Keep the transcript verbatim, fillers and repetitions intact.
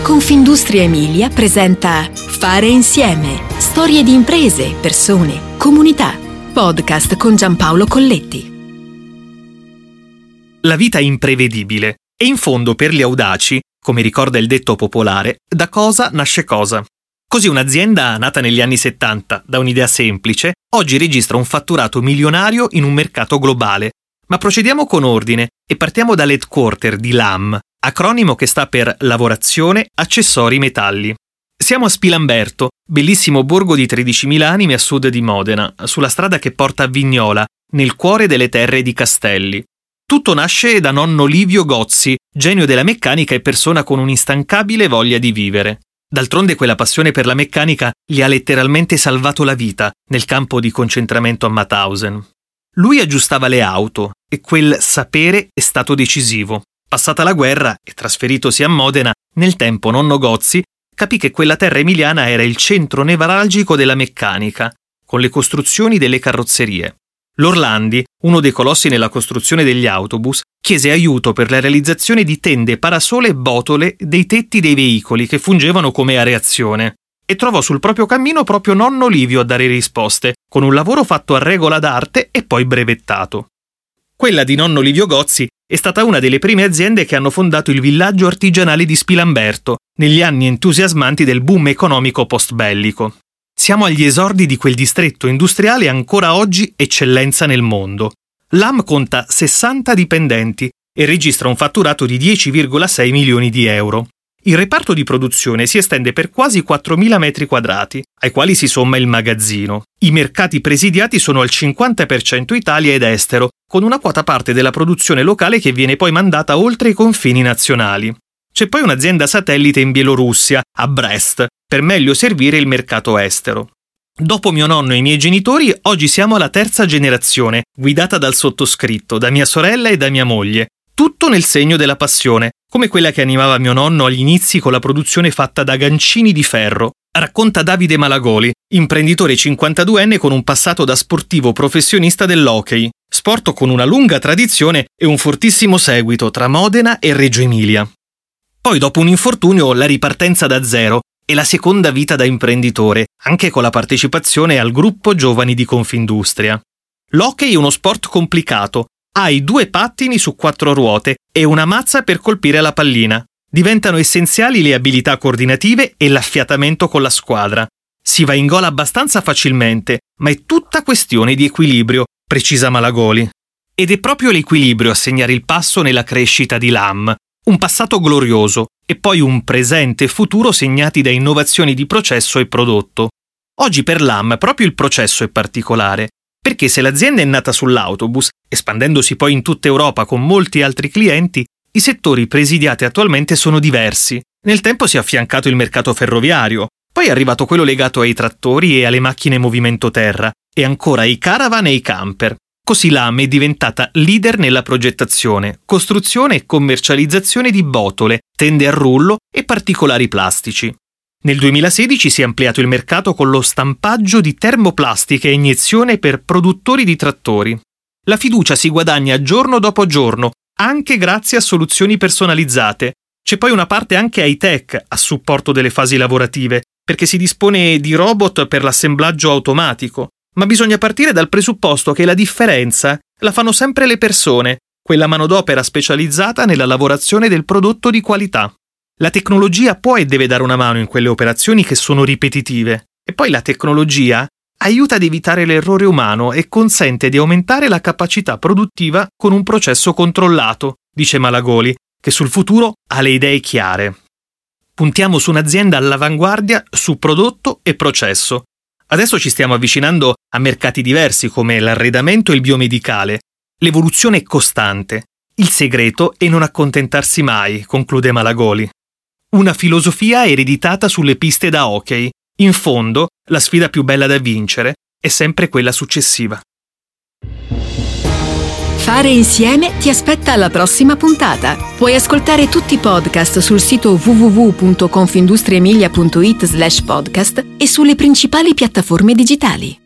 Confindustria Emilia presenta Fare Insieme. Storie di imprese, persone, comunità. Podcast con Giampaolo Colletti. La vita è imprevedibile e in fondo per gli audaci, come ricorda il detto popolare, da cosa nasce cosa. Così un'azienda nata negli anni settanta da un'idea semplice, oggi registra un fatturato milionario in un mercato globale. Ma procediamo con ordine e partiamo dall'headquarter di L A M, acronimo che sta per Lavorazione Accessori Metalli. Siamo a Spilamberto, bellissimo borgo di tredicimila anime a sud di Modena, sulla strada che porta a Vignola, nel cuore delle terre di Castelli. Tutto nasce da nonno Livio Gozzi, genio della meccanica e persona con un'instancabile voglia di vivere. D'altronde quella passione per la meccanica gli ha letteralmente salvato la vita nel campo di concentramento a Mauthausen. Lui aggiustava le auto e quel sapere è stato decisivo. Passata la guerra e trasferitosi a Modena, nel tempo nonno Gozzi capì che quella terra emiliana era il centro nevralgico della meccanica, con le costruzioni delle carrozzerie. L'Orlandi, uno dei colossi nella costruzione degli autobus, chiese aiuto per la realizzazione di tende, parasole e botole dei tetti dei veicoli che fungevano come areazione. E trovò sul proprio cammino proprio nonno Livio a dare risposte, con un lavoro fatto a regola d'arte e poi brevettato. Quella di nonno Livio Gozzi è stata una delle prime aziende che hanno fondato il villaggio artigianale di Spilamberto, negli anni entusiasmanti del boom economico post-bellico. Siamo agli esordi di quel distretto industriale ancora oggi eccellenza nel mondo. L'A M conta sessanta dipendenti e registra un fatturato di dieci virgola sei milioni di euro. Il reparto di produzione si estende per quasi quattromila metri quadrati, ai quali si somma il magazzino. I mercati presidiati sono al cinquanta per cento Italia ed estero, con una quota parte della produzione locale che viene poi mandata oltre i confini nazionali. C'è poi un'azienda satellite in Bielorussia, a Brest, per meglio servire il mercato estero. Dopo mio nonno e i miei genitori, oggi siamo alla terza generazione, guidata dal sottoscritto, da mia sorella e da mia moglie. Tutto nel segno della passione, come quella che animava mio nonno agli inizi con la produzione fatta da gancini di ferro. Racconta Davide Malagoli, imprenditore cinquantaduenne con un passato da sportivo professionista dell'hockey, sport con una lunga tradizione e un fortissimo seguito tra Modena e Reggio Emilia. Poi dopo un infortunio la ripartenza da zero e la seconda vita da imprenditore, anche con la partecipazione al gruppo Giovani di Confindustria. L'hockey è uno sport complicato, hai due pattini su quattro ruote e una mazza per colpire la pallina. Diventano essenziali le abilità coordinative e l'affiatamento con la squadra. Si va in gol abbastanza facilmente, ma è tutta questione di equilibrio, precisa Malagoli. Ed è proprio l'equilibrio a segnare il passo nella crescita di L A M. Un passato glorioso e poi un presente e futuro segnati da innovazioni di processo e prodotto. Oggi per L A M proprio il processo è particolare, perché se l'azienda è nata sull'autobus, espandendosi poi in tutta Europa con molti altri clienti, i settori presidiati attualmente sono diversi. Nel tempo si è affiancato il mercato ferroviario, poi è arrivato quello legato ai trattori e alle macchine movimento terra, e ancora i caravan e i camper. Così l'A M è diventata leader nella progettazione, costruzione e commercializzazione di botole, tende a rullo e particolari plastici. Nel duemilasedici si è ampliato il mercato con lo stampaggio di termoplastiche a iniezione per produttori di trattori. La fiducia si guadagna giorno dopo giorno, anche grazie a soluzioni personalizzate. C'è poi una parte anche high-tech a supporto delle fasi lavorative, perché si dispone di robot per l'assemblaggio automatico. Ma bisogna partire dal presupposto che la differenza la fanno sempre le persone, quella manodopera specializzata nella lavorazione del prodotto di qualità. La tecnologia può e deve dare una mano in quelle operazioni che sono ripetitive, e poi la tecnologia aiuta ad evitare l'errore umano e consente di aumentare la capacità produttiva con un processo controllato, dice Malagoli, che sul futuro ha le idee chiare. Puntiamo su un'azienda all'avanguardia su prodotto e processo. Adesso ci stiamo avvicinando a mercati diversi come l'arredamento e il biomedicale. L'evoluzione è costante. Il segreto è non accontentarsi mai, conclude Malagoli. Una filosofia ereditata sulle piste da hockey. In fondo, la sfida più bella da vincere è sempre quella successiva. Fare Insieme ti aspetta alla prossima puntata. Puoi ascoltare tutti i podcast sul sito w w w punto confindustriemilia punto it slash podcast e sulle principali piattaforme digitali.